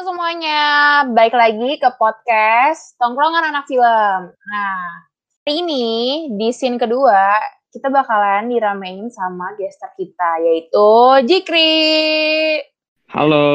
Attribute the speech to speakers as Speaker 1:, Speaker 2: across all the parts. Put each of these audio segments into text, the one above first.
Speaker 1: semuanya, balik lagi ke podcast Tongkrongan Anak Film. Nah, hari ini di scene kedua, kita bakalan diramein sama gestar kita, yaitu Jikri.
Speaker 2: Halo.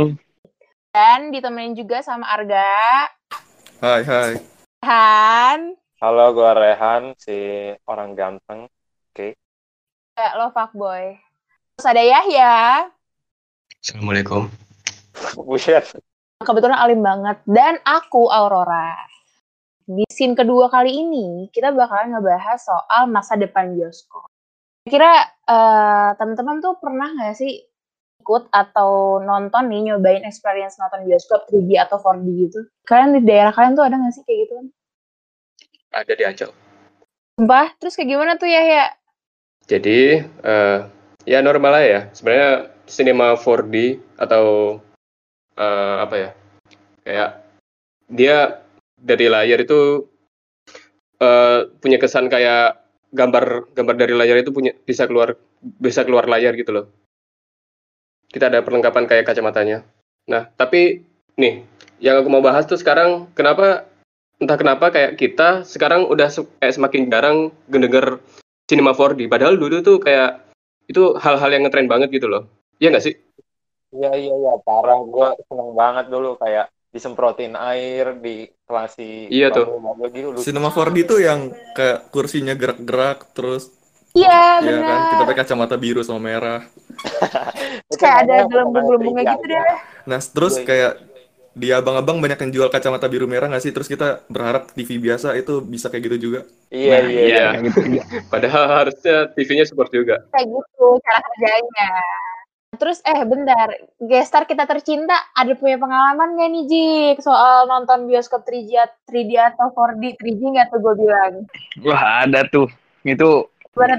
Speaker 1: Dan ditemenin juga sama Arga.
Speaker 3: Hai.
Speaker 1: Han.
Speaker 4: Halo, gue Rehan, si orang ganteng. Oke.
Speaker 1: Lo fuckboy. Terus ada Yahya.
Speaker 2: Assalamualaikum.
Speaker 4: Buset.
Speaker 1: Kebetulan alim banget. Dan aku, Aurora. Di scene kedua kali ini, kita bakalan ngebahas soal masa depan bioskop. Kira teman-teman tuh pernah nggak sih ikut atau nonton nih, nyobain experience nonton bioskop 3D atau 4D gitu? Kalian di daerah kalian tuh ada nggak sih kayak gitu kan?
Speaker 2: Ada di Ancol.
Speaker 1: Sumpah? Terus kayak gimana tuh ya?
Speaker 2: Jadi, ya normal aja ya. Sebenarnya cinema 4D atau apa ya? Kayak dia dari layar itu punya kesan kayak gambar dari layar itu bisa keluar layar gitu loh. Kita ada perlengkapan kayak kacamatanya. Nah, tapi nih, yang aku mau bahas tuh sekarang entah kenapa kayak kita sekarang udah kayak semakin jarang denger cinema 4D. Padahal dulu tuh kayak itu hal-hal yang ngetren banget gitu loh. Iya nggak sih?
Speaker 4: Iya, parah. Gue seneng banget dulu kayak disemprotin air di kelasi.
Speaker 2: Iya tuh.
Speaker 4: Gitu,
Speaker 3: Cinema 4D itu yang kayak kursinya gerak-gerak terus.
Speaker 1: Iya,
Speaker 3: Iya
Speaker 1: benar.
Speaker 3: kan, kita pakai kacamata biru sama merah.
Speaker 1: Kayak ada gelembung-gelembungnya gitu deh.
Speaker 3: Nah, terus kayak di abang-abang banyak yang jual kacamata biru merah nggak sih? Terus kita berharap TV biasa itu bisa kayak gitu juga.
Speaker 4: Iya.
Speaker 2: Gitu. Padahal harusnya TV-nya support juga.
Speaker 1: Kayak gitu cara kerjanya. Terus bentar, gestar kita tercinta ada punya pengalaman gak nih Jik soal nonton bioskop 3D atau 4D? 3D gak tuh gue bilang?
Speaker 2: Wah, ada tuh. Itu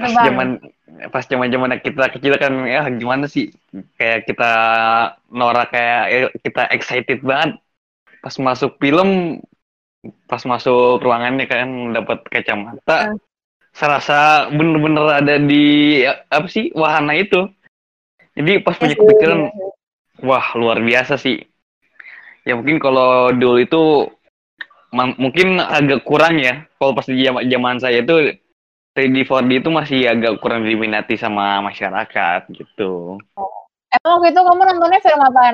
Speaker 2: pas zaman kita kecil kan ya gimana sih? Kayak kita norak kayak kita excited banget pas masuk film, pas masuk ruangannya kan dapat kacamata. Serasa bener-bener ada di apa sih wahana itu. Jadi pas punya kepikiran, wah luar biasa sih. Ya mungkin kalau dulu itu mungkin agak kurang ya. Kalau pas di zaman saya itu 3D 4D itu masih agak kurang diminati sama masyarakat gitu.
Speaker 1: Emang waktu itu kamu nontonnya film apaan?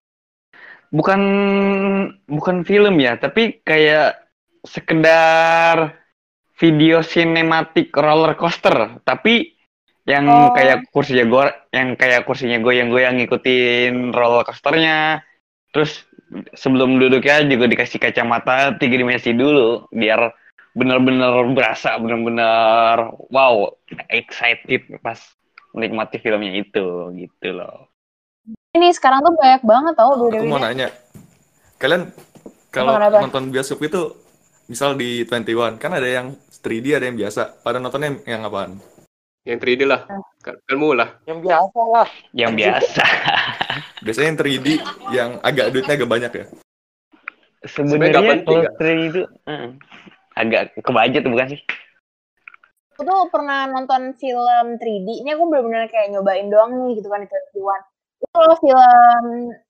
Speaker 2: Bukan film ya, tapi kayak sekedar video sinematik roller coaster, tapi yang kayak kursinya goyang-goyang ngikutin roller coasternya. Terus sebelum duduknya juga dikasih kacamata 3 dimensi dulu biar benar-benar berasa benar-benar wow, excited pas menikmati filmnya itu gitu loh.
Speaker 1: Ini sekarang tuh banyak banget tau.
Speaker 3: Aku mau nanya, kalian kalau nonton bioskop itu misal di 21 kan ada yang 3D ada yang biasa. Pada nontonnya yang apaan?
Speaker 2: Yang 3D lah. Kamu lah.
Speaker 4: Yang biasa lah.
Speaker 2: Yang biasa.
Speaker 3: Biasanya yang 3D yang agak duitnya agak banyak ya.
Speaker 2: Sebenarnya kalau 3D itu agak kebajet bukan sih?
Speaker 1: Aku tuh pernah nonton film 3D. Ini aku benar-benar kayak nyobain doang nih gitu kan di 21. Itu kalau film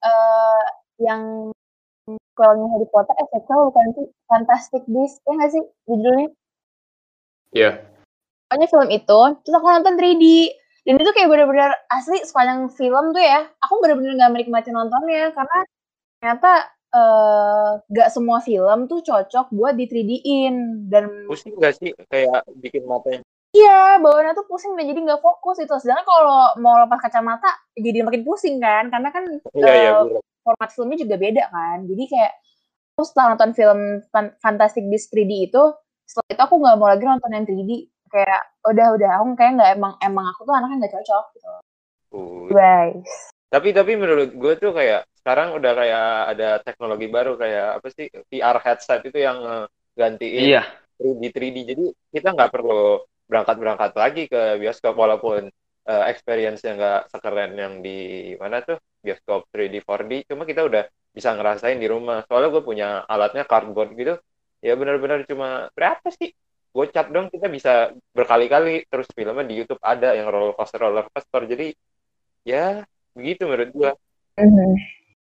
Speaker 1: yang kalau Harry Potter bukan sih Fantastic Beasts ya nggak sih judulnya?
Speaker 2: Iya.
Speaker 1: Pokoknya film itu, terus aku nonton 3D. Dan itu kayak benar-benar asli sepanjang film tuh ya, aku benar-benar nggak menikmati nontonnya karena ternyata nggak semua film tuh cocok buat di 3D-in. Dan
Speaker 4: pusing nggak sih kayak bikin matanya?
Speaker 1: Iya, bawaannya tuh pusing dan jadi nggak fokus itu. Sedangkan kalau mau lepas kacamata jadi makin pusing kan, karena kan format filmnya juga beda kan. Jadi kayak aku setelah nonton film Fantastic Beasts 3D itu, setelah itu aku nggak mau lagi nonton yang 3D. Kayak udah aku kayak nggak emang aku tuh anaknya nggak cocok gitu. Guys.
Speaker 4: Tapi menurut gue tuh kayak sekarang udah kayak ada teknologi baru kayak apa sih VR headset itu yang gantiin 3D. Jadi kita nggak perlu berangkat lagi ke bioskop walaupun experience-nya nggak sekeren yang di mana tuh bioskop 3D 4D, cuma kita udah bisa ngerasain di rumah. Soalnya gue punya alatnya cardboard gitu, ya benar-benar cuma berapa sih? Gocap dong kita bisa berkali-kali, terus filmnya di YouTube ada yang roller coaster. Jadi ya begitu menurut gue.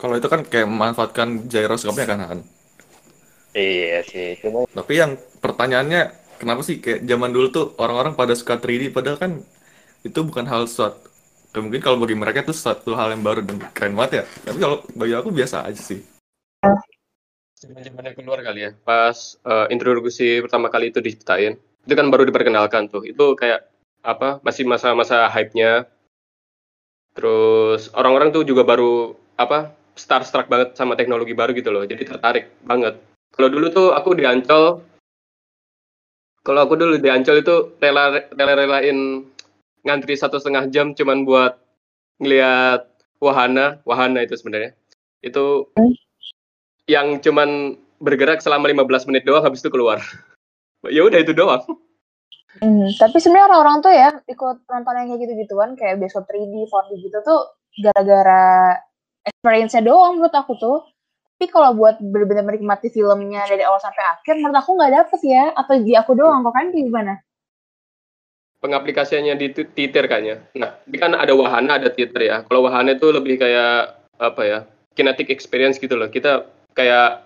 Speaker 3: Kalau itu kan kayak memanfaatkan gyroscope-nya kan.
Speaker 4: Iya sih, cuma
Speaker 3: Tapi yang pertanyaannya, kenapa sih kayak zaman dulu tuh orang-orang pada suka 3D, padahal kan itu bukan hal suatu. Mungkin kalau bagi mereka itu suatu hal yang baru dan keren banget ya. Tapi kalau bagi aku biasa aja sih.
Speaker 5: Zaman-zamannya keluar kali ya. Pas introduksi pertama kali itu diciptain, itu kan baru diperkenalkan tuh. Itu kayak apa? Masih masa-masa hype-nya. Terus orang-orang tuh juga baru apa? Starstruck banget sama teknologi baru gitu loh. Jadi tertarik banget. Kalau dulu tuh aku di Ancol, kalau aku dulu di Ancol itu rela-relain ngantri 1,5 jam cuman buat ngelihat wahana itu sebenarnya. Itu yang cuman bergerak selama 15 menit doang, habis itu keluar. Ya udah itu doang.
Speaker 1: Tapi sebenarnya orang-orang tuh ya ikut nonton yang kayak gitu-gituan kayak bioskop 3D, 4D gitu tuh gara-gara experience-nya doang menurut aku tuh. Tapi kalau buat benar-benar menikmati filmnya dari awal sampai akhir, menurut aku nggak dapet ya. Atau di aku doang, kok kan gimana?
Speaker 5: Pengaplikasiannya di Twitter kayaknya. Nah, ini kan ada wahana, ada Twitter ya. Kalau wahana itu lebih kayak apa ya? Kinetic experience gitu loh. Kita kayak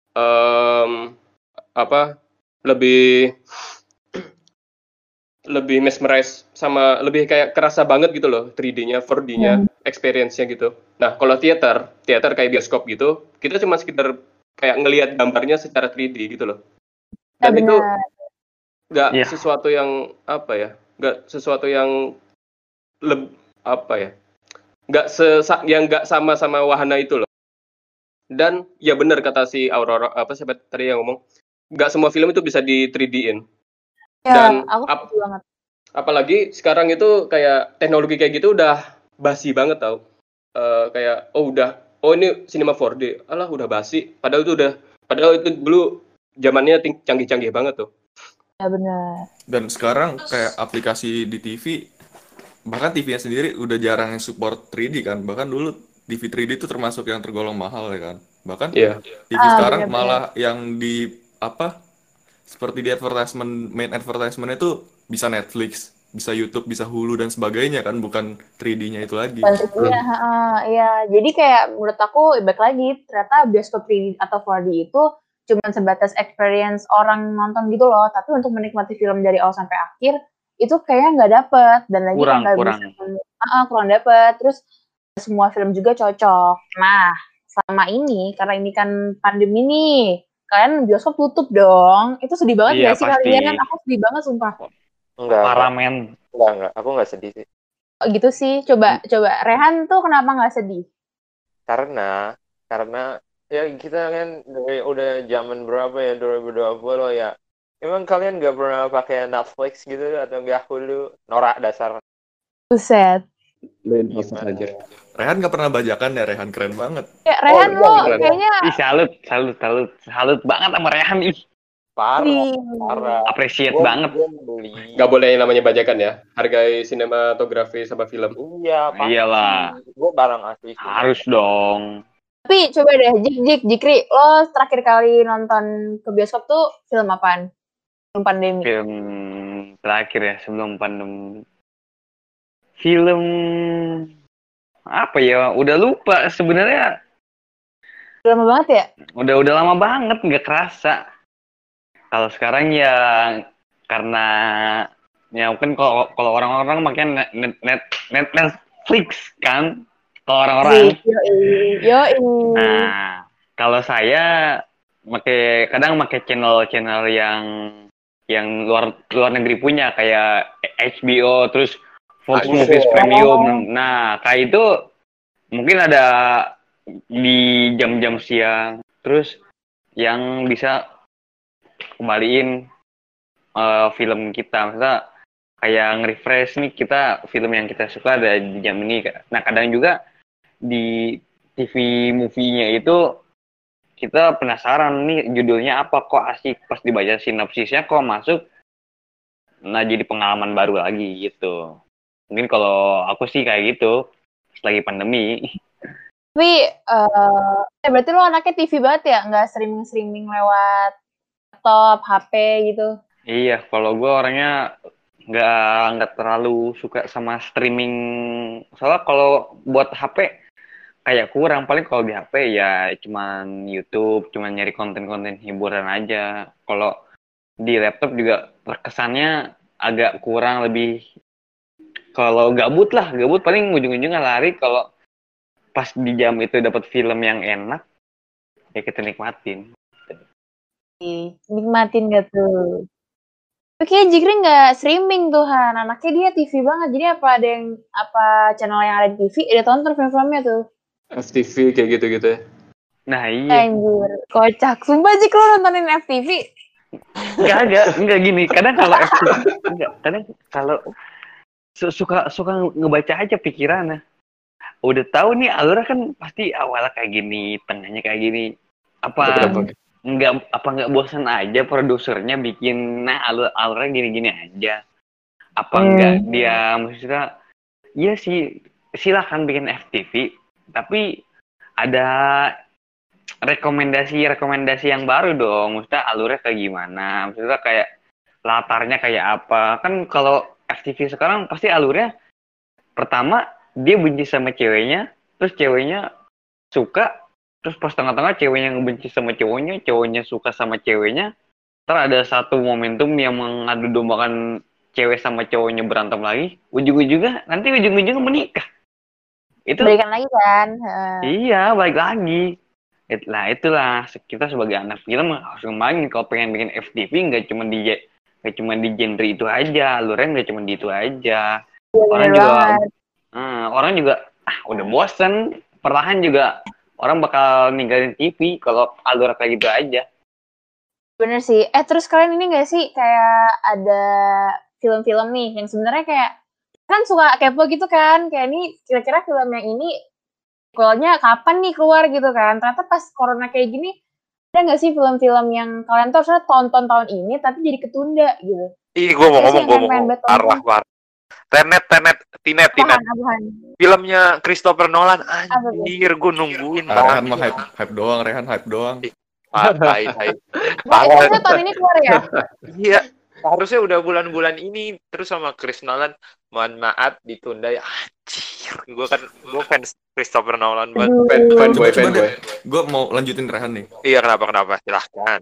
Speaker 5: apa? Lebih mesmerize sama lebih kayak kerasa banget gitu loh 3D-nya, 4D-nya, experience-nya gitu. Nah, kalau theater kayak bioskop gitu, kita cuma sekedar kayak ngelihat gambarnya secara 3D gitu loh. Dan itu nggak sesuatu yang apa ya? Nggak sesuatu yang apa ya? Nggak sama wahana itu loh. Dan ya benar kata si Aurora apa sih tadi yang ngomong, nggak semua film itu bisa di 3D-in.
Speaker 1: Ya, dan aku banget.
Speaker 5: Apalagi sekarang itu kayak teknologi kayak gitu udah basi banget tau. Kayak ini cinema 4D, alah udah basi. Padahal itu dulu zamannya canggih-canggih banget tuh.
Speaker 1: Ya benar.
Speaker 3: Dan sekarang kayak aplikasi di TV, bahkan TV-nya sendiri udah jarang yang support 3D kan. Bahkan dulu TV 3D itu termasuk yang tergolong mahal ya kan. Bahkan TV sekarang malah yang di seperti di main advertisement itu bisa Netflix, bisa YouTube, bisa Hulu dan sebagainya kan, bukan 3D-nya itu lagi.
Speaker 1: Iya. Jadi kayak menurut aku balik lagi, ternyata bioskop 3D atau 4D itu cuma sebatas experience orang nonton gitu loh, tapi untuk menikmati film dari awal sampai akhir itu kayaknya nggak dapet, dan lagi kurang dapet. Terus semua film juga cocok. Nah, selama ini karena ini kan pandemi nih, kalian bioskop tutup dong. Itu sedih banget gak sih kalian? Aku sedih banget sumpah.
Speaker 4: Enggak. Aku nggak sedih sih.
Speaker 1: Oh, gitu sih. Coba Rehan tuh kenapa nggak sedih?
Speaker 4: Karena ya kita kan udah zaman berapa ya, 2020 ya. Emang kalian nggak pernah pakai Netflix gitu atau nggak Hulu? Norak dasar.
Speaker 1: Buset.
Speaker 3: Rehan nggak pernah bajakan ya, Rehan keren banget.
Speaker 1: Ya, Rehan lo kayaknya.
Speaker 2: Salut banget sama Rehan ih.
Speaker 4: Parah.
Speaker 2: Appreciate banget.
Speaker 5: Gak boleh yang namanya bajakan ya. Hargai sinematografi sama film.
Speaker 4: Iya, pasti. Iyalah. Gue barang asli.
Speaker 2: Harus dong.
Speaker 1: Tapi coba deh, Jikri, lo terakhir kali nonton ke bioskop tuh film apaan? Sebelum pandemi.
Speaker 2: Film terakhir ya, sebelum pandemi. Film apa ya? Udah lupa sebenarnya.
Speaker 1: Udah lama banget ya?
Speaker 2: Udah lama banget, nggak kerasa. Kalau sekarang ya karena ya mungkin kalau orang-orang makanya Netflix kan, kalau orang-orang. Nah, kalau saya kadang pakai channel-channel yang luar negeri punya kayak HBO, terus Fox Movies Premium. Nah, kayak itu mungkin ada di jam-jam siang, terus yang bisa kembaliin film kita, maksudnya kayak nge-refresh nih kita film yang kita suka ada di jam ini. Nah, kadang juga di TV movie-nya itu kita penasaran nih judulnya apa, kok asik, pas dibaca sinopsisnya kok masuk. Nah, jadi pengalaman baru lagi gitu. Mungkin kalau aku sih kayak gitu lagi pandemi.
Speaker 1: Tapi berarti lo anaknya TV banget ya, nggak streaming lewat laptop, HP gitu?
Speaker 2: Iya, kalau gue orangnya nggak terlalu suka sama streaming. Soalnya kalau buat HP kayak kurang. Paling kalau di HP ya cuman YouTube, cuman nyari konten-konten hiburan aja. Kalau di laptop juga terkesannya agak kurang, lebih kalau gabut paling ujung-ujungnya lari. Kalau pas di jam itu dapat film yang enak ya kita nikmatin.
Speaker 1: Nikmatin gak tuh? Oke, Jikri nggak streaming tuh Han, anaknya dia TV banget. Jadi apa channel yang ada di TV, dia tonton film-filmnya tuh.
Speaker 5: FTV kayak gitu-gitu ya.
Speaker 2: Nah iya.
Speaker 1: Anjir, kocak. Sumpah Jik, lo nontonin FTV?
Speaker 2: Enggak gini. Kadang kalau FTV, kadang kalau suka ngebaca aja pikirannya. Udah tahu nih alurnya kan pasti awalnya kayak gini, tengahnya kayak gini. Nggak bosan aja produsernya bikin alurnya gini-gini aja. Apa enggak dia maksudnya iya sih, silakan bikin FTV, tapi ada rekomendasi yang baru dong. Maksudnya alurnya kayak gimana, maksudnya kayak latarnya kayak apa. Kan kalau FTV sekarang pasti alurnya pertama dia benci sama ceweknya, terus ceweknya suka, terus pas tengah-tengah ceweknya ngebenci sama cowoknya suka sama ceweknya, ntar ada satu momentum yang mengadu dombakan cewek sama cowoknya berantem lagi, ujung-ujungnya menikah. Itu
Speaker 1: berikan lagi kan.
Speaker 2: Iya, balik lagi. Nah itulah kita sebagai anak film harus ngembangin. Kalau pengen bikin FTV nggak cuma di genre itu aja, alurnya nggak cuma di itu aja. Orang juga udah bosen, perlahan juga orang bakal ninggalin TV kalau alur kayak gitu aja.
Speaker 1: Bener sih. Terus kalian ini nggak sih kayak ada film-film nih yang sebenarnya kayak kan suka kepo gitu kan, kayak ini kira-kira film yang ini sequelnya kapan nih keluar gitu kan. Ternyata pas corona kayak gini, ada nggak sih film-film yang kalian tuh harusnya tonton tahun ini tapi jadi ketunda gitu?
Speaker 4: Gue mau ngomong parah. Tenet. Filmnya Christopher Nolan, anjir, gue nungguin.
Speaker 3: Rehan mah hype doang.
Speaker 1: Hai. Harusnya tahun ini keluar ya?
Speaker 4: Iya, harusnya udah bulan-bulan ini. Terus sama Chris Nolan, mohon maaf ditunda ya. Anjir, gue fans Christopher Nolan banget.
Speaker 3: Fanboy. Gue mau lanjutin Rehan nih.
Speaker 4: Iya, kenapa? Silahkan.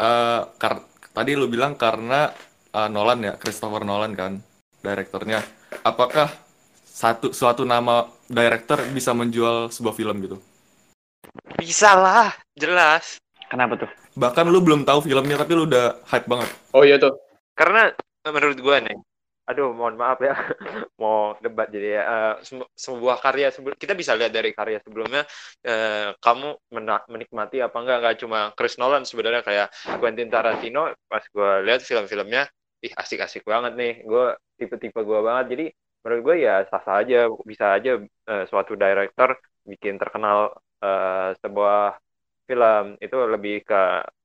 Speaker 3: Tadi lu bilang karena Nolan ya, Christopher Nolan kan, direkturnya. Apakah suatu nama director bisa menjual sebuah film gitu?
Speaker 4: Bisa lah, jelas.
Speaker 2: Kenapa tuh?
Speaker 3: Bahkan lu belum tahu filmnya tapi lu udah hype banget.
Speaker 5: Oh iya tuh.
Speaker 4: Karena menurut gue nih, aduh mohon maaf ya, mau debat jadi ya. Sebuah karya kita bisa lihat dari karya sebelumnya, kamu menikmati apa enggak cuma Chris Nolan sebenarnya, kayak Quentin Tarantino. Pas gue lihat film-filmnya, asik-asik banget nih, gue tipe-tipe gue banget. Jadi menurut gue ya sah-sah aja, bisa aja suatu director bikin terkenal sebuah film. Itu lebih ke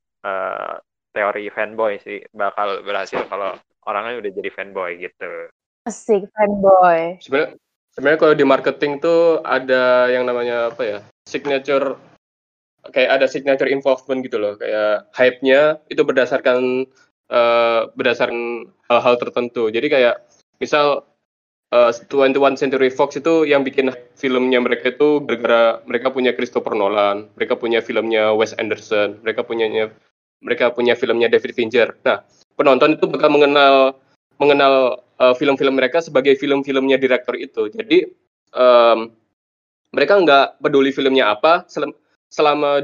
Speaker 4: teori fanboy sih, bakal berhasil kalau orangnya udah jadi fanboy gitu.
Speaker 1: Asik, fanboy.
Speaker 5: Sebenarnya kalau di marketing tuh ada yang namanya apa ya, signature, kayak ada signature involvement gitu loh, kayak hype-nya itu berdasarkan hal-hal tertentu. Jadi kayak misal 21 Century Fox itu yang bikin filmnya mereka itu gara-gara mereka punya Christopher Nolan, mereka punya filmnya Wes Anderson, mereka punya filmnya David Fincher. Nah, penonton itu bakal mengenal film-film mereka sebagai film-filmnya direktur itu. Jadi mereka nggak peduli filmnya apa, selama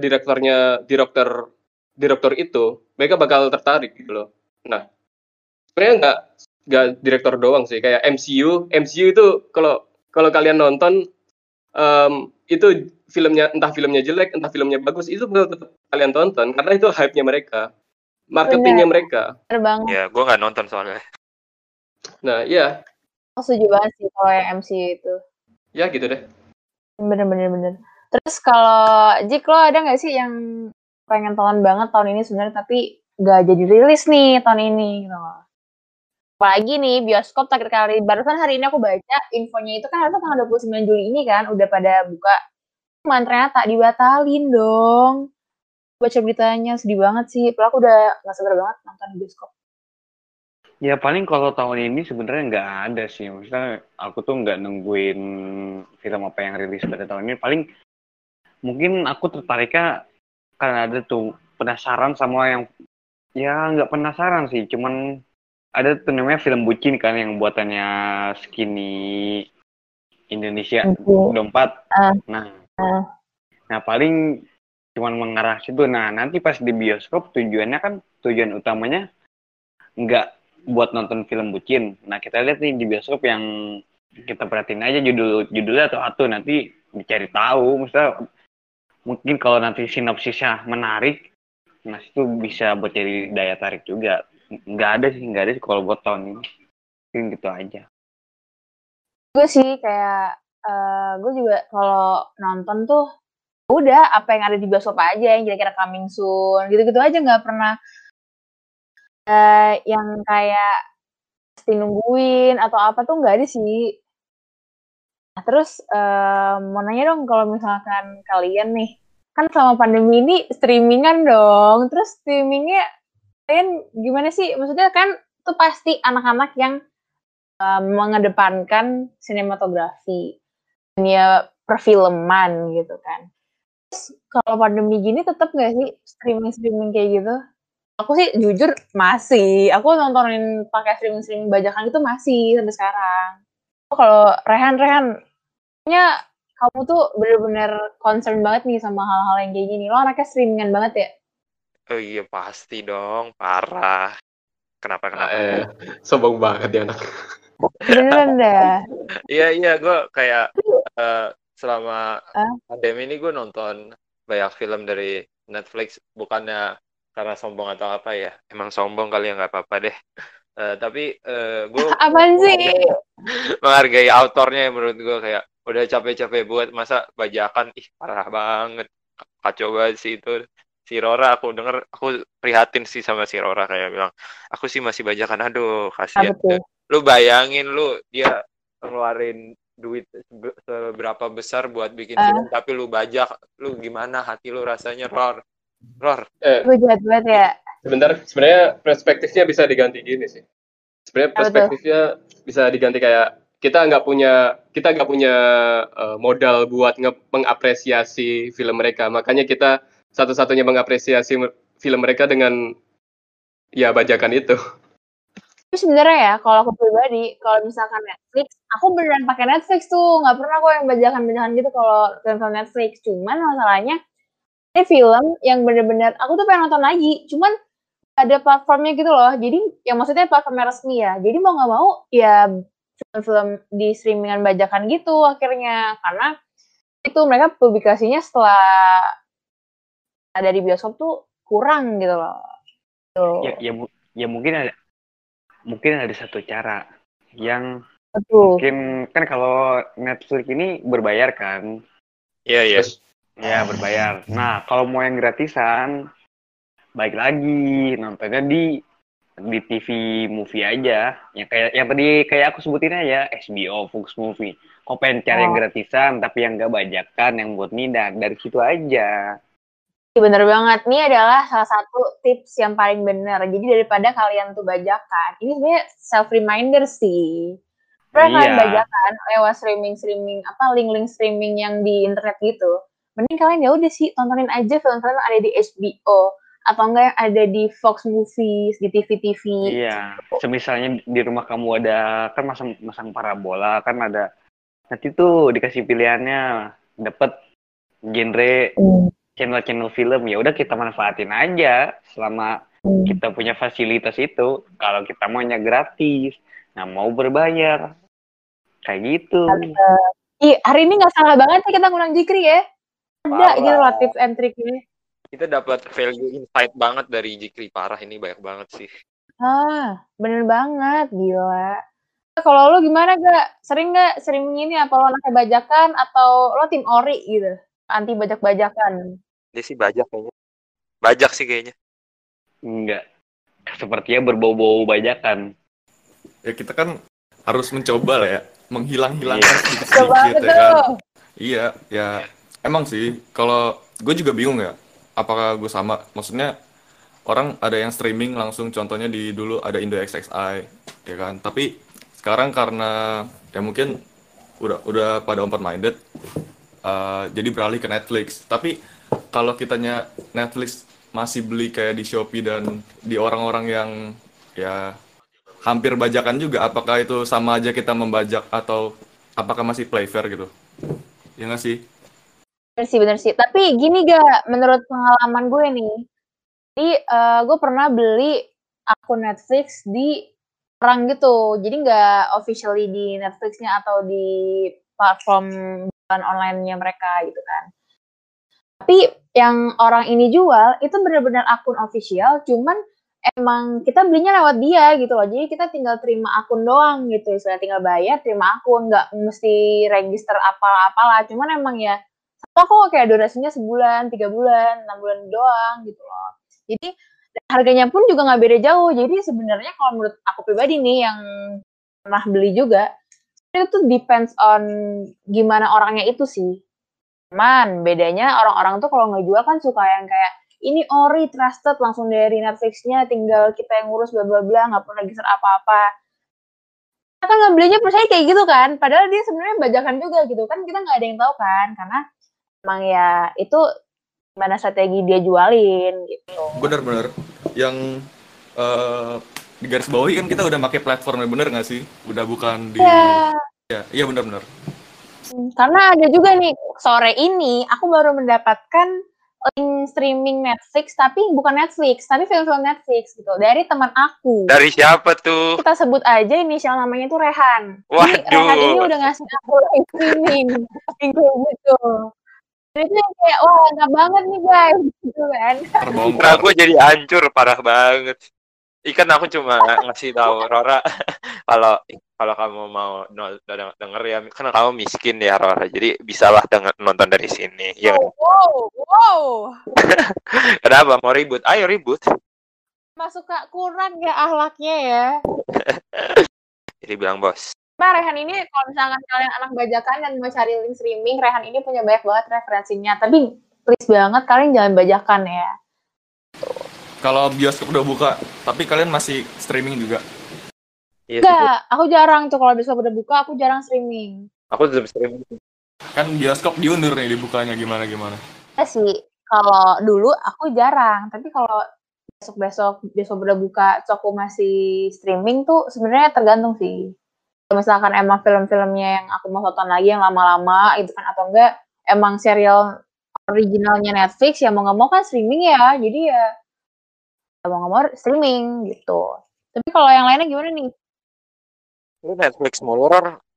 Speaker 5: direktur itu, mereka bakal tertarik gitu loh. Nah, sebenarnya nggak direktor doang sih, kayak MCU itu kalau kalian nonton itu entah filmnya jelek, entah filmnya bagus, itu bakal tetap kalian tonton karena itu hype-nya mereka, marketingnya mereka.
Speaker 1: Terbang.
Speaker 4: Ya, gue nggak nonton soalnya.
Speaker 5: Nah, iya.
Speaker 1: Aku setuju banget sih kalau yang MCU itu.
Speaker 5: Ya gitu deh.
Speaker 1: Bener. Terus kalau Jik, lo ada nggak sih yang pengen tonton banget tahun ini sebenarnya tapi nggak jadi rilis nih tahun ini gitu loh? Apalagi nih bioskop terakhir kali, barusan hari ini aku baca infonya itu kan harusnya tanggal 29 Juli ini kan udah pada buka, cuman ternyata dibatalin dong. Baca beritanya sedih banget sih, padahal aku udah nggak sabar banget nonton bioskop.
Speaker 2: Ya paling kalau tahun ini sebenarnya nggak ada sih, maksudnya aku tuh nggak nungguin film apa yang rilis pada tahun ini. Paling mungkin aku tertariknya karena ada tuh penasaran sama yang ya nggak penasaran sih, cuman ada tuh namanya film bucin kan yang buatannya Skinny Indonesia 24. Nah, paling cuman mengarah situ. Nah, nanti pas di bioskop tujuannya kan tujuan utamanya nggak buat nonton film bucin. Nah, kita lihat nih di bioskop yang kita perhatiin aja judulnya atau nanti dicari tahu. Misalnya mungkin kalau nanti sinopsisnya menarik, nah itu bisa buat jadi daya tarik juga. Nggak ada sih kalau buat tahun ini. Mungkin gitu aja.
Speaker 1: Gue sih kayak gue juga kalau nonton tuh udah apa yang ada di bioskop aja yang kira-kira coming soon gitu-gitu aja, nggak pernah yang kayak pasti nungguin atau apa tuh nggak ada sih. Nah, terus mau nanya dong, kalau misalkan kalian nih kan selama pandemi ini streamingan dong, terus streamingnya kalian gimana sih? Maksudnya kan tuh pasti anak-anak yang mengedepankan sinematografi, dunia perfilman gitu kan. Terus kalau pandemi gini tetap nggak sih streaming kayak gitu? Aku sih jujur masih. Aku nontonin pakai streaming bajakan itu masih sampai sekarang. Kalau Rehan, kayaknya kamu tuh bener-bener concern banget nih sama hal-hal yang kayak gini. Lo anaknya streamingan banget ya?
Speaker 4: Oh iya pasti dong, parah. Kenapa?
Speaker 5: Sombong banget ya anak.
Speaker 1: Beneran dah.
Speaker 4: Iya, gue kayak selama pandemi ini gue nonton banyak film dari Netflix, bukannya karena sombong atau apa ya, emang sombong kali ya, nggak apa-apa deh. Tapi gue
Speaker 1: apaan sih?
Speaker 4: menghargai autornya, menurut gue kayak udah capek-capek buat masa bajakan, parah banget, kacau banget sih itu. Si Rora, aku prihatin sih sama si Rora, kayak bilang aku sih masih bajakan, aduh kasihan. Lu bayangin dia ngeluarin duit seberapa besar buat bikin film, tapi lu bajak, lu gimana hati lu rasanya, Ror?
Speaker 1: Gue jahat banget ya.
Speaker 5: Sebenarnya perspektifnya bisa diganti gini sih. Sebenarnya perspektifnya bisa diganti kayak kita nggak punya modal buat mengapresiasi film mereka, makanya kita satu-satunya mengapresiasi film mereka dengan ya bajakan itu.
Speaker 1: Tapi sebenarnya ya, kalau aku pribadi, kalau misalkan Netflix, aku beneran pakai Netflix tuh, nggak pernah kok yang bajakan-bajakan gitu kalau film Netflix. Cuman masalahnya ini film yang bener-bener aku tuh pengen nonton lagi, cuman ada platformnya gitu loh. Jadi yang maksudnya platformnya resmi ya. Jadi mau nggak mau ya film-film di streamingan bajakan gitu akhirnya, karena itu mereka publikasinya setelah dari bioskop tuh kurang gitu loh. Tuh.
Speaker 2: Ya mungkin ada satu cara yang mungkin kan kalau Netflix ini berbayar kan.
Speaker 4: Iya.
Speaker 2: Ya berbayar. Nah kalau mau yang gratisan, baik lagi nontonnya di TV movie aja. Yang tadi kayak aku sebutin aja, HBO, Fox Movie. Kok pengen cari yang gratisan tapi yang nggak bajakan, yang buat minat, dari situ aja.
Speaker 1: Bener banget, ini adalah salah satu tips yang paling bener. Jadi daripada kalian tuh bajakan, ini sebenarnya self reminder sih. Kalian bajakan lewat streaming link streaming yang di internet gitu. Mending kalian ya udah sih tontonin aja film kalian ada di HBO atau enggak yang ada di Fox Movies, di TV.
Speaker 2: Iya, semisalnya di rumah kamu ada kan masang parabola, kan ada nanti tuh dikasih pilihannya, dapat genre channel film, ya udah kita manfaatin aja selama kita punya fasilitas itu. Kalau kita maunya gratis, nggak mau berbayar, kayak gitu.
Speaker 1: Hari ini nggak salah banget sih kita ngundang Jikri ya. Ada gitu lah tips and trick ini.
Speaker 4: Kita dapat value insight banget dari Jikri, parah, ini banyak banget sih.
Speaker 1: Bener banget, gila. Kalau lo gimana gak? Sering ini apa lo anaknya bajakan atau lo tim ori gitu? Anti bajak-bajakan?
Speaker 4: Dia sih bajak kayaknya. Bajak sih kayaknya.
Speaker 2: Enggak. Sepertinya berbau-bau bajakan.
Speaker 3: Ya kita kan harus mencoba lah ya. Menghilang-hilangkan sedikit-sedikit ya kan. Iya, ya emang sih. Kalau gue juga bingung ya. Apakah gue sama? Maksudnya orang ada yang streaming langsung, contohnya dulu ada Indo XXI, ya kan. Tapi sekarang karena ya mungkin udah pada open minded, jadi beralih ke Netflix. Tapi kalau kitanya Netflix masih beli kayak di Shopee dan di orang-orang yang ya hampir bajakan juga, apakah itu sama aja kita membajak atau apakah masih play fair gitu? Ya nggak sih?
Speaker 1: Bener sih. Tapi gini gak, menurut pengalaman gue nih, jadi gue pernah beli akun Netflix di orang gitu, jadi nggak officially di Netflixnya atau di platform online-nya mereka gitu kan. Tapi yang orang ini jual itu benar-benar akun official, cuman emang kita belinya lewat dia gitu loh. Jadi kita tinggal terima akun doang gitu, istilah tinggal bayar terima akun, nggak mesti register apalah. Cuman emang ya sama kok kayak durasinya sebulan, 3 bulan, 6 bulan doang gitu loh. Jadi harganya pun juga nggak beda jauh. Jadi sebenarnya kalau menurut aku pribadi nih yang pernah beli juga, itu tuh depends on gimana orangnya itu sih. Cuman bedanya orang-orang tuh kalau ngejual kan suka yang kayak ini ori trusted langsung dari Netflix-nya, tinggal kita yang ngurus bla bla bla, nggak perlu register apa-apa. Kita kan ngebelinya percaya kayak gitu kan, padahal dia sebenarnya bajakan juga gitu kan, kita nggak ada yang tahu kan, karena emang ya itu gimana strategi dia jualin gitu.
Speaker 3: Bener-bener. Yang di garis bawahi kan kita udah pakai platformnya, bener nggak sih? Udah bukan di... Ya, iya bener-bener.
Speaker 1: Karena ada juga nih, sore ini aku baru mendapatkan link streaming Netflix, tapi bukan Netflix, tapi film-film Netflix gitu, dari teman aku.
Speaker 4: Dari siapa tuh?
Speaker 1: Kita sebut aja inisial namanya tuh Rehan.
Speaker 4: Waduh.
Speaker 1: Jadi Rehan ini udah ngasih aku link streaming, gitu. Jadi itu kayak, wah enak banget nih guys, gitu kan.
Speaker 4: Nah, gue jadi hancur, parah banget. Ikan aku cuma ngasih tahu Rora kalau kamu mau denger ya, kan kamu miskin ya Rora, jadi bisalah nonton dari sini. Ya.
Speaker 1: Wow.
Speaker 4: Kenapa mau ribut? Ayo ribut.
Speaker 1: Masuk Kak, kurang ya ahlaknya ya.
Speaker 4: Jadi bilang bos.
Speaker 1: Mbak Rehan ini kalau misalkan kalian anak bajakan dan mau cari link streaming, Rehan ini punya banyak banget referensinya. Tapi please banget kalian jangan bajakan ya.
Speaker 3: Kalau bioskop udah buka, tapi kalian masih streaming juga?
Speaker 1: Enggak, aku jarang tuh kalau bioskop udah buka, aku jarang streaming.
Speaker 4: Aku tetap streaming.
Speaker 3: Kan bioskop diundur nih dibukanya gimana?
Speaker 1: Ya sih, kalau dulu aku jarang, tapi kalau besok udah buka, aku masih streaming tuh sebenarnya tergantung sih. Kalau misalkan emang film-filmnya yang aku mau tonton lagi yang lama-lama itu kan, atau enggak emang serial originalnya Netflix ya mau nggak mau kan streaming ya, jadi ya mau nggak mau streaming gitu. Tapi kalau yang lainnya gimana nih?
Speaker 4: Lu Netflix mulu,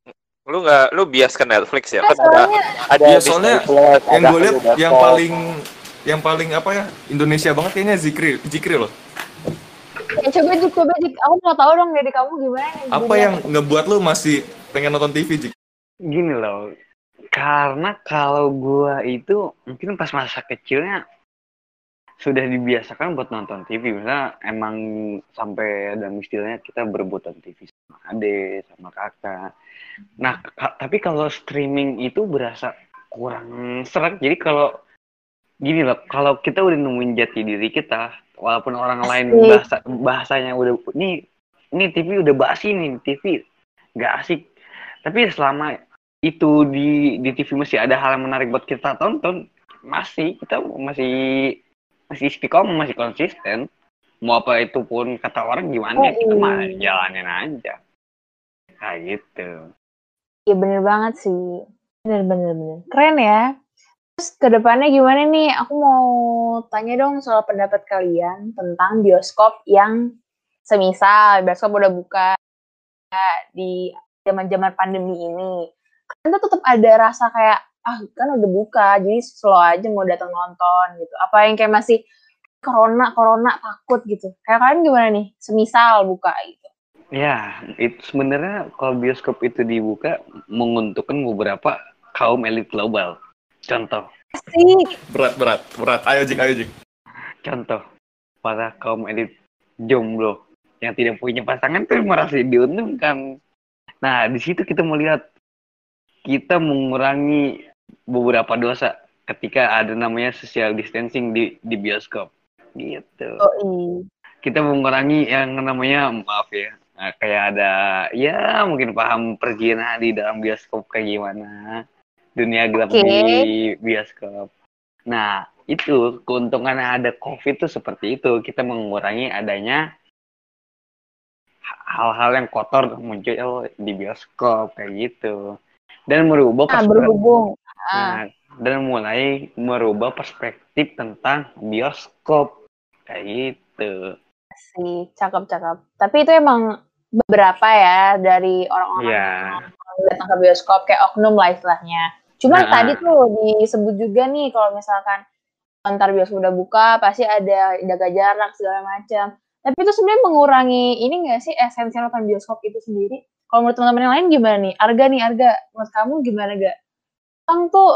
Speaker 4: lu bias ke Netflix ya?
Speaker 1: Kan
Speaker 3: ada ya, soalnya yang gue lihat yang paling apa ya, Indonesia banget kayaknya Zikri loh.
Speaker 1: Ya, coba Jik, aku mau tahu dong dari kamu gimana nih.
Speaker 3: Apa yang ngebuat lu masih pengen nonton TV, Jik?
Speaker 2: Gini loh, karena kalau gua itu mungkin pas masa kecilnya sudah dibiasakan buat nonton TV, misalnya emang sampai ada istilahnya kita berebutan TV sama adik, sama kakak. Nah, tapi kalau streaming itu berasa kurang serak. Jadi kalau gini loh, kalau kita udah nemuin jati diri kita, walaupun orang lain bahasanya udah ini TV udah basi nih, TV nggak asik. Tapi selama itu di TV masih ada hal yang menarik buat kita tonton, kita masih istiqomah, masih konsisten. Mau apa itu pun kata orang gimana, kita mah jalanin aja. Kayak gitu.
Speaker 1: Iya bener banget sih. Bener. Keren ya. Terus kedepannya gimana nih? Aku mau tanya dong soal pendapat kalian tentang bioskop yang semisal bioskop udah buka di zaman-zaman pandemi ini. Kan tuh tetap ada rasa kayak, kan udah buka, jadi slow aja mau datang nonton gitu. Apa yang kayak masih corona takut gitu. Kayak kalian gimana nih? Semisal buka gitu.
Speaker 2: Ya, itu sebenarnya kalau bioskop itu dibuka menguntungkan beberapa kaum elit global. Contoh.
Speaker 3: Berat. Ayo Jik.
Speaker 2: Contoh, para kaum elit jomblo yang tidak punya pasangan tuh merasa diuntungkan. Nah, di situ kita melihat kita mengurangi beberapa dosa ketika ada namanya social distancing di bioskop. Gitu. Kita mengurangi yang namanya, maaf ya, kayak ada, ya mungkin paham perjinahan di dalam bioskop kayak gimana. dunia gelap di bioskop. Nah, itu keuntungan ada COVID tuh seperti itu. Kita mengurangi adanya hal-hal yang kotor muncul di bioskop kayak gitu. Dan merubah
Speaker 1: berhubung.
Speaker 2: Dan mulai merubah perspektif tentang bioskop kayak gitu.
Speaker 1: Sih, cakep. Tapi itu emang beberapa ya dari orang-orang yang datang ke bioskop kayak oknum lah istilahnya. Cuman tadi tuh disebut juga nih kalau misalkan antar bioskop udah buka pasti ada jaga jarak segala macam. Tapi itu sebenarnya mengurangi ini nggak sih esensi nonton bioskop itu sendiri? Kalau menurut teman-teman yang lain gimana nih? Arga, menurut kamu gimana gak? Kan tuh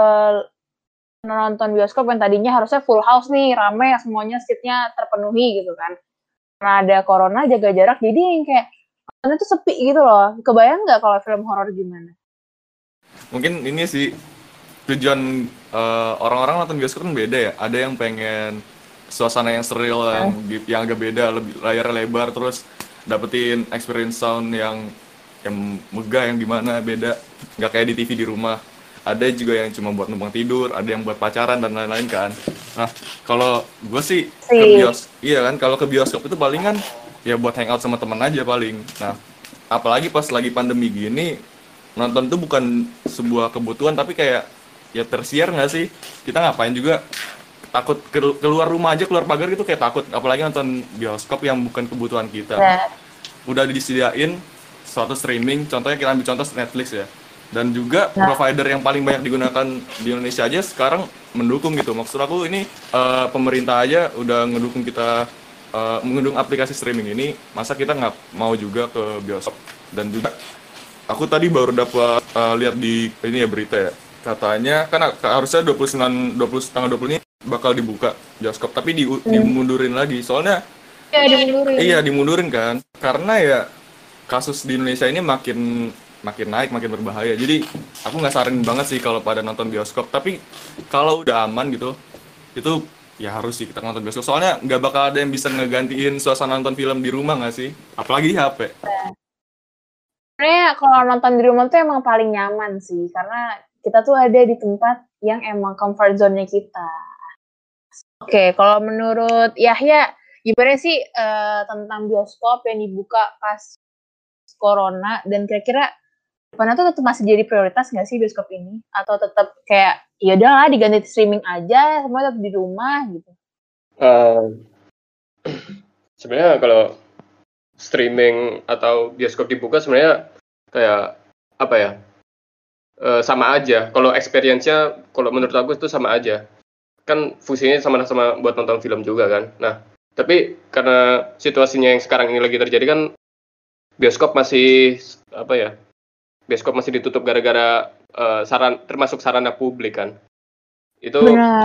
Speaker 1: nonton bioskop yang tadinya harusnya full house nih, rame semuanya seatnya terpenuhi gitu kan. Karena ada corona jaga jarak jadi yang kayak nontonnya tuh sepi gitu loh. Kebayang nggak kalau film horor gimana?
Speaker 3: Mungkin ini sih tujuan orang-orang nonton bioskop kan beda ya. Ada yang pengen suasana yang steril, yang agak beda, layar lebar, terus dapetin experience sound yang megah, yang gimana beda, nggak kayak di TV di rumah. Ada juga yang cuma buat numpang tidur, ada yang buat pacaran dan lain-lain kan. Nah, kalau gue sih kalau ke bioskop itu palingan ya buat hangout sama teman aja paling. Nah, apalagi pas lagi pandemi gini, nonton tuh bukan sebuah kebutuhan tapi kayak ya tersier nggak sih? Kita ngapain juga takut keluar rumah aja, keluar pagar gitu kayak takut, apalagi nonton bioskop yang bukan kebutuhan kita. Udah disediain suatu streaming, contohnya kita ambil contoh Netflix ya, dan juga provider yang paling banyak digunakan di Indonesia aja sekarang mendukung gitu. Maksud aku ini pemerintah aja udah ngedukung kita mengundung aplikasi streaming ini, masa kita nggak mau juga ke bioskop. Dan juga aku tadi baru dapat lihat di ini ya berita ya, katanya kan harusnya tanggal 20 ini bakal dibuka bioskop, tapi dimundurin lagi soalnya dimundurin kan, karena ya kasus di Indonesia ini makin naik, makin berbahaya. Jadi aku nggak saranin banget sih kalau pada nonton bioskop, tapi kalau udah aman gitu itu ya harus sih kita nonton bioskop, soalnya nggak bakal ada yang bisa ngegantiin suasana nonton film di rumah nggak sih, apalagi HP.
Speaker 1: Sebenarnya kalau nonton di rumah tuh emang paling nyaman sih, karena kita tuh ada di tempat yang emang comfort zone-nya kita. Oke, kalau menurut Yahya, gimana sih tentang bioskop yang dibuka pas corona, dan kira-kira mana tuh tetap masih jadi prioritas nggak sih bioskop ini? Atau tetap kayak, ya udahlah diganti streaming aja, semua tetap di rumah gitu?
Speaker 5: Sebenarnya kalau streaming atau bioskop dibuka sebenarnya kayak apa ya, sama aja. Kalau experience-nya, kalau menurut aku itu sama aja. Kan fungsinya sama-sama buat nonton film juga kan. Nah, tapi karena situasinya yang sekarang ini lagi terjadi kan, bioskop masih ditutup gara-gara termasuk sarana publik kan. Itu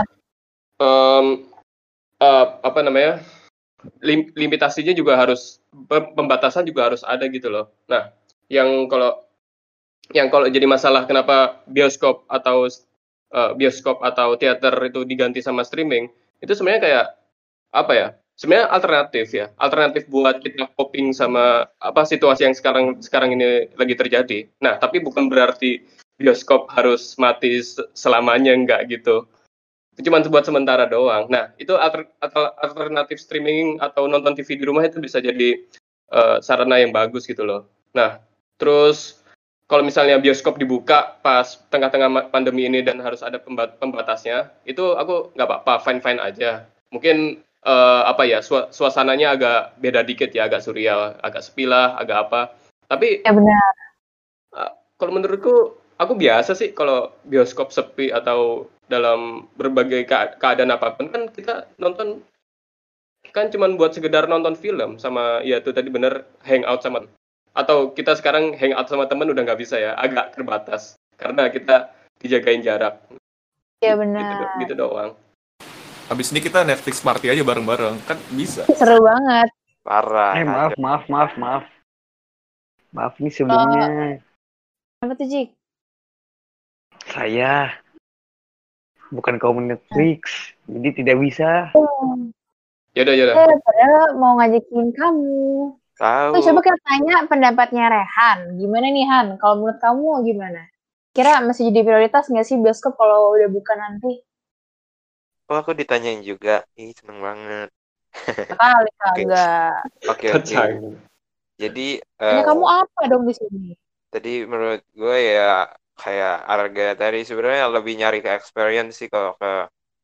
Speaker 5: limitasinya juga harus, pembatasan juga harus ada gitu loh. Nah, yang kalau jadi masalah kenapa bioskop atau teater itu diganti sama streaming, itu sebenarnya kayak apa ya? Sebenarnya alternatif buat kita coping sama situasi yang sekarang ini lagi terjadi. Nah, tapi bukan berarti bioskop harus mati selamanya, enggak gitu. Itu cuma buat sementara doang. Nah, itu alternatif streaming atau nonton TV di rumah itu bisa jadi sarana yang bagus gitu loh. Nah, terus kalau misalnya bioskop dibuka pas tengah-tengah pandemi ini dan harus ada pembatasnya, itu aku nggak apa-apa, fine-fine aja. Mungkin suasananya agak beda dikit ya, agak surreal, agak sepi lah, agak apa. Tapi
Speaker 1: ya benar.
Speaker 5: Kalau menurutku, aku biasa sih kalau bioskop sepi atau dalam berbagai keadaan apapun, kan kita nonton kan cuma buat sekedar nonton film sama ya itu tadi bener hangout sama, atau kita sekarang hangout sama teman udah nggak bisa ya, agak terbatas karena kita dijagain jarak.
Speaker 1: Iya benar.
Speaker 5: Gitu doang.
Speaker 3: Habis ini kita Netflix party aja bareng-bareng, kan bisa.
Speaker 1: Seru banget.
Speaker 4: Parah.
Speaker 2: Maaf nih sebelumnya.
Speaker 1: Apa tuh, Jik?
Speaker 2: Saya bukan kaum Netflix, jadi tidak bisa.
Speaker 5: Yaudah.
Speaker 1: Padahal mau ngajakin kamu.
Speaker 4: Tahu.
Speaker 1: Coba kita tanya pendapatnya Rehan. Gimana nih Han? Kalau menurut kamu gimana? Kira masih jadi prioritas nggak sih bioskop kalau udah buka nanti?
Speaker 4: Oh, aku ditanyain juga. Ih, seneng banget.
Speaker 1: Kali kagak.
Speaker 4: Oke. Jadi
Speaker 1: kamu apa dong di sini?
Speaker 4: Tadi menurut gue ya kayak Arga tadi sebenarnya lebih nyari ke experience sih kalau ke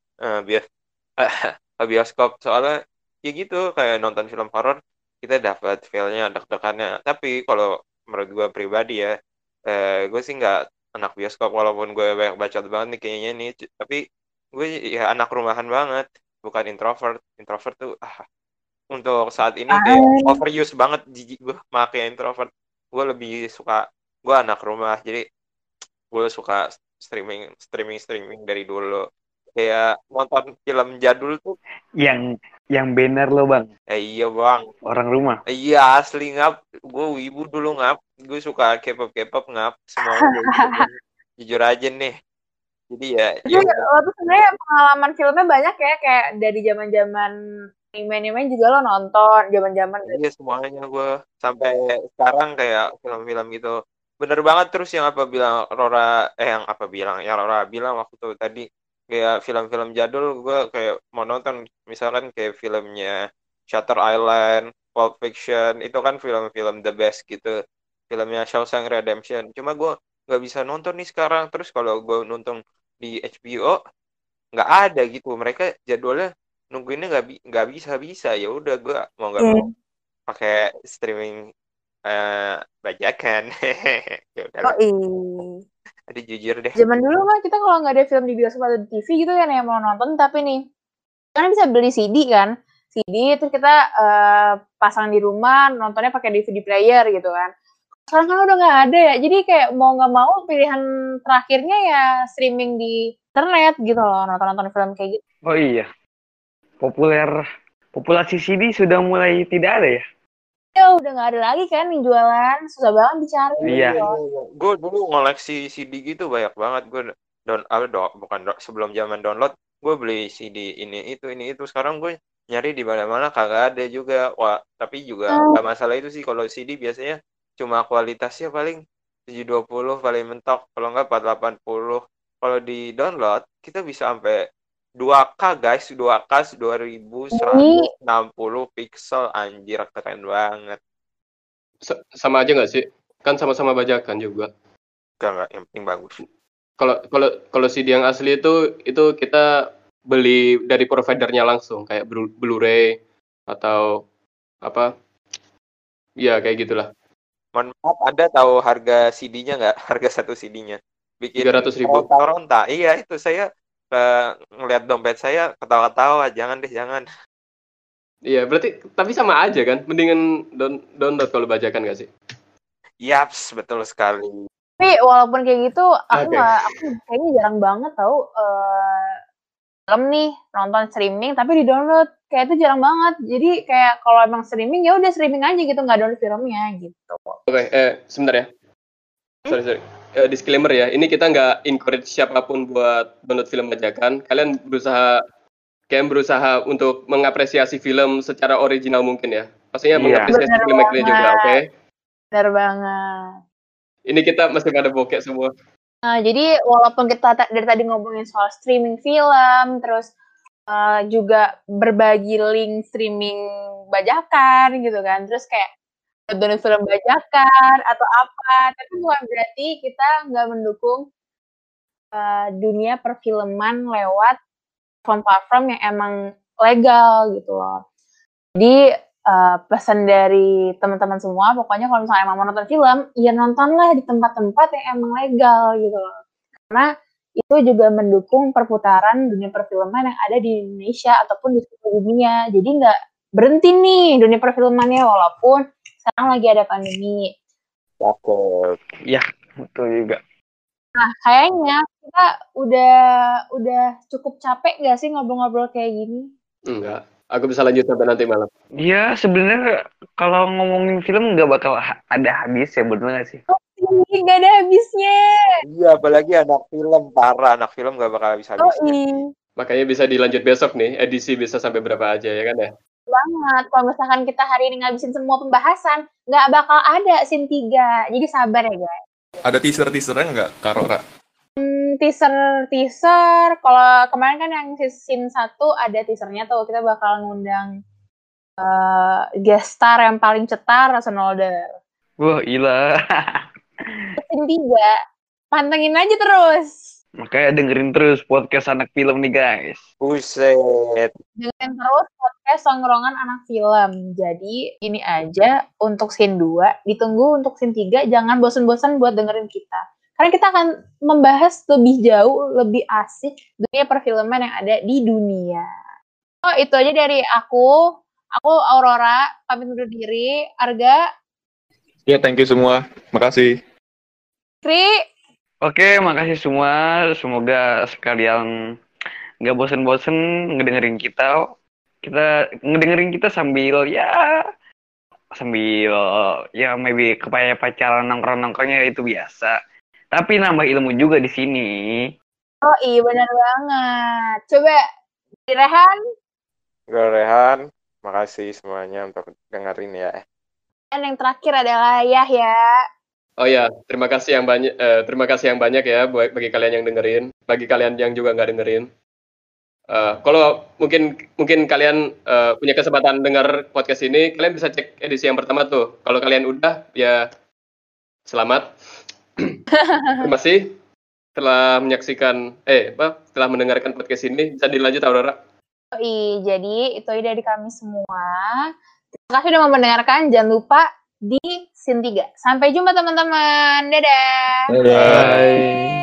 Speaker 4: bioskop, soalnya ya gitu kayak nonton film horor kita dapat feel-nya, deg-degannya. Tapi kalau menurut gue pribadi ya, gue sih nggak anak bioskop, walaupun gue banyak bacot banget nih kayaknya nih, tapi gue ya anak rumahan banget, bukan introvert. Introvert tuh untuk saat ini kayak overuse banget, jijik gue pakai introvert. Gue lebih suka, gue anak rumah, jadi gue suka streaming dari dulu. Kayak nonton film jadul tuh.
Speaker 2: Yang banner lo bang.
Speaker 4: Iya bang.
Speaker 2: Orang rumah.
Speaker 4: Iya asli ngap. Gue wibu dulu ngap. Gue suka K-pop ngap. Semuanya jujur aja nih. Jadi ya.
Speaker 1: Lo tuh sebenarnya pengalaman filmnya banyak ya, kayak dari zaman anime juga lo nonton zaman.
Speaker 4: Iya semuanya gue sampai sekarang kayak film-film gitu. Bener banget. Terus yang Rora bilang waktu itu tadi, kayak film-film jadul gue kayak mau nonton, misalkan kayak filmnya Shutter Island, Pulp Fiction, itu kan film-film the best gitu, filmnya Shawshank Redemption. Cuma gue nggak bisa nonton nih sekarang. Terus kalau gue nonton di HBO nggak ada gitu, mereka jadwalnya nungguinnya nggak bisa. Ya udah gue mau nggak mau pakai streaming bajakan. Ya udahlah. Aduh jujur deh.
Speaker 1: Zaman dulu kan kita kalau nggak ada film di bioskop atau di TV gitu kan yang mau nonton, tapi nih karena bisa beli CD kan, CD terus kita pasang di rumah nontonnya pakai DVD player gitu kan. Sekarang kan udah nggak ada ya, jadi kayak mau nggak mau pilihan terakhirnya ya streaming di internet gitu loh, nonton film kayak gitu.
Speaker 2: Oh iya, populasi CD sudah mulai tidak ada ya?
Speaker 1: Ya udah nggak ada lagi kan yang jualan, susah banget dicari.
Speaker 2: Iya.
Speaker 4: Gue dulu ngoleksi CD gitu banyak banget. Gue sebelum zaman download, gue beli CD ini itu. Sekarang gue nyari di mana-mana kagak ada juga. Wah, tapi juga nggak masalah itu sih. Kalau CD biasanya cuma kualitasnya paling 720 paling mentok, kalau nggak 480. Kalau di download kita bisa sampai 2K guys, 2K 2160 pixel, anjir keren banget.
Speaker 5: Sama aja nggak sih? Kan sama-sama bajakan juga.
Speaker 4: Enggak, yang penting bagus.
Speaker 5: Kalau CD yang asli itu kita beli dari providernya langsung, kayak Blu-ray atau apa? Ya kayak gitulah.
Speaker 4: Mohon maaf, Anda tahu harga CD-nya nggak? Harga satu CD-nya. Bikin
Speaker 5: 300.000.
Speaker 4: ronta. Iya, itu saya ngelihat dompet saya ketawa-ketawa. Jangan.
Speaker 5: Iya, berarti tapi sama aja kan? Mendingan download kalau bajakan nggak sih?
Speaker 4: Yaps, betul sekali.
Speaker 1: Tapi walaupun kayak gitu, aku kayaknya jarang banget tahu film nih nonton streaming tapi di download, kayak itu jarang banget. Jadi kayak kalau emang streaming ya udah streaming aja gitu, nggak download filmnya gitu.
Speaker 5: Oke, sebentar ya. Sorry. Disclaimer ya, ini kita nggak encourage siapapun buat download film bajakan. Kalian berusaha untuk mengapresiasi film secara original mungkin ya. Maksudnya mengapresiasi filmnya juga, oke?
Speaker 1: Benar banget.
Speaker 5: Ini kita masih pada bokek semua.
Speaker 1: Jadi walaupun kita dari tadi ngomongin soal streaming film, terus juga berbagi link streaming bajakan gitu kan, terus kayak download film bajakan atau apa, tapi bukan berarti kita nggak mendukung dunia perfilman lewat platform yang emang legal gitu loh. Jadi pesan dari teman-teman semua, pokoknya kalau misalnya emang mau nonton film, ya nontonlah di tempat-tempat yang emang legal gitu loh. Karena itu juga mendukung perputaran dunia perfilman yang ada di Indonesia ataupun di seluruh dunia. Jadi nggak berhenti nih dunia perfilmannya walaupun sekarang lagi ada pandemi.
Speaker 2: Ya, betul juga.
Speaker 1: Nah, kayaknya kita udah cukup capek nggak sih ngobrol-ngobrol kayak gini?
Speaker 5: Enggak. Aku bisa lanjut sampai nanti malam.
Speaker 2: Iya, sebenarnya kalau ngomongin film nggak bakal ada habis ya, bener nggak sih?
Speaker 1: Nggak ada habisnya.
Speaker 4: Iya, apalagi anak film, parah. Anak film nggak bakal habis-habisnya.
Speaker 5: Makanya bisa dilanjut besok nih, edisi bisa sampai berapa aja ya kan ya?
Speaker 1: Banget. Kalau misalkan kita hari ini ngabisin semua pembahasan, nggak bakal ada scene 3. Jadi sabar ya guys.
Speaker 3: Ada teaser-teasernya nggak, Kak Rora?
Speaker 1: Teaser. Kalau kemarin kan yang scene 1 ada teasernya tuh. Kita bakal ngundang guest star yang paling cetar, Snowder.
Speaker 2: Wah, gila.
Speaker 1: Scene 3. Pantengin aja terus.
Speaker 2: Makanya dengerin terus podcast anak film nih, guys.
Speaker 4: Buset.
Speaker 1: Dengerin terus podcast Songkrongan Anak Film. Jadi, ini aja untuk scene 2. Ditunggu untuk scene 3. Jangan bosan-bosan buat dengerin kita. Karena kita akan membahas lebih jauh, lebih asik dunia perfilman yang ada di dunia. Oh, itu aja dari aku. Aku Aurora, pamit undur diri. Arga.
Speaker 3: Ya, thank you semua. Makasih.
Speaker 1: Kri.
Speaker 2: Oke, makasih semua. Semoga sekalian nggak bosen-bosen ngedengerin kita. Kita ngedengerin kita sambil maybe kayak pacaran nongkrong-nongkrongnya itu biasa. Tapi nambah ilmu juga di sini.
Speaker 1: Oh iya, benar banget. Coba Rehan.
Speaker 4: Gue Rehan. Makasih semuanya untuk dengerin ya.
Speaker 1: Dan yang terakhir adalah Yahya.
Speaker 5: Oh ya, terima kasih yang banyak ya bagi kalian yang dengerin, bagi kalian yang juga nggak dengerin. Kalau mungkin kalian punya kesempatan dengar podcast ini, kalian bisa cek edisi yang pertama tuh. Kalau kalian udah, ya selamat. Terima kasih telah menyaksikan, telah mendengarkan podcast ini. Bisa dilanjut, Aurora.
Speaker 1: Jadi itu dari kami semua. Terima kasih sudah mendengarkan. Jangan lupa di scene 3. Sampai jumpa teman-teman. Dadah.
Speaker 3: Bye.